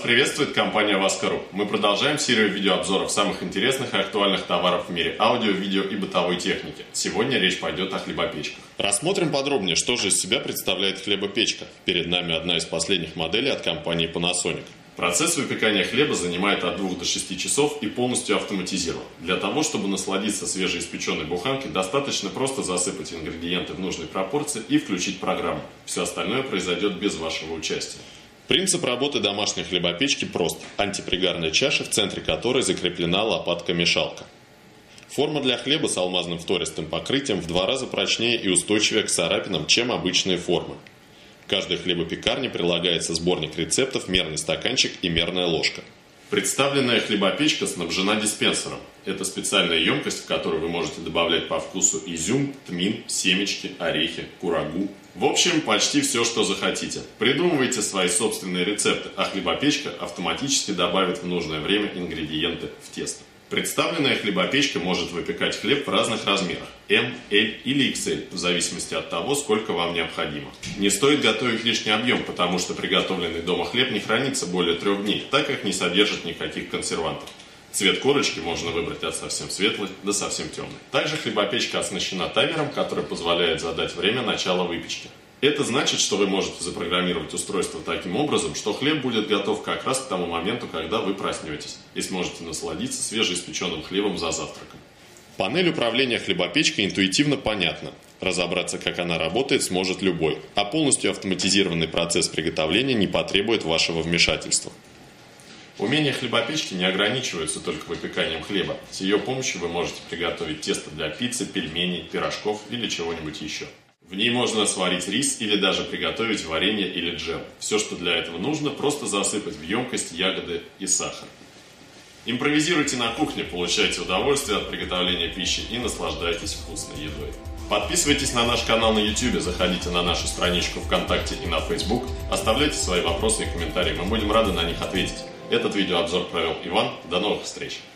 приветствует компания Vaska.ru. Мы продолжаем серию видеообзоров самых интересных и актуальных товаров в мире аудио, видео и бытовой техники. Сегодня речь пойдет о хлебопечках. Рассмотрим подробнее, что же из себя представляет хлебопечка. Перед нами одна из последних моделей от компании Panasonic. Процесс выпекания хлеба занимает от 2 до 6 часов и полностью автоматизирован. Для того, чтобы насладиться свежеиспеченной буханкой, достаточно просто засыпать ингредиенты в нужной пропорции и включить программу. Все остальное произойдет без вашего участия. Принцип работы домашней хлебопечки прост. Антипригарная чаша, в центре которой закреплена лопатка-мешалка. Форма для хлеба с алмазным втористым покрытием в 2 раза прочнее и устойчивее к царапинам, чем обычные формы. В каждой хлебопекарне прилагается сборник рецептов, мерный стаканчик и мерная ложка. Представленная хлебопечка снабжена диспенсером. Это специальная емкость, в которую вы можете добавлять по вкусу изюм, тмин, семечки, орехи, курагу. В общем, почти все, что захотите. Придумывайте свои собственные рецепты, а хлебопечка автоматически добавит в нужное время ингредиенты в тесто. Представленная хлебопечка может выпекать хлеб в разных размерах – М, L или XL, в зависимости от того, сколько вам необходимо. Не стоит готовить лишний объем, потому что приготовленный дома хлеб не хранится более 3 дней, так как не содержит никаких консервантов. Цвет корочки можно выбрать от совсем светлой до совсем темной. Также хлебопечка оснащена таймером, который позволяет задать время начала выпечки. Это значит, что вы можете запрограммировать устройство таким образом, что хлеб будет готов как раз к тому моменту, когда вы проснетесь, и сможете насладиться свежеиспеченным хлебом за завтраком. Панель управления хлебопечкой интуитивно понятна. Разобраться, как она работает, сможет любой, а полностью автоматизированный процесс приготовления не потребует вашего вмешательства. Умения хлебопечки не ограничиваются только выпеканием хлеба. С ее помощью вы можете приготовить тесто для пиццы, пельменей, пирожков или чего-нибудь еще. В ней можно сварить рис или даже приготовить варенье или джем. Все, что для этого нужно, просто засыпать в емкость ягоды и сахар. Импровизируйте на кухне, получайте удовольствие от приготовления пищи и наслаждайтесь вкусной едой. Подписывайтесь на наш канал на YouTube, заходите на нашу страничку ВКонтакте и на Facebook, оставляйте свои вопросы и комментарии, мы будем рады на них ответить. Этот видеообзор провел Иван. До новых встреч!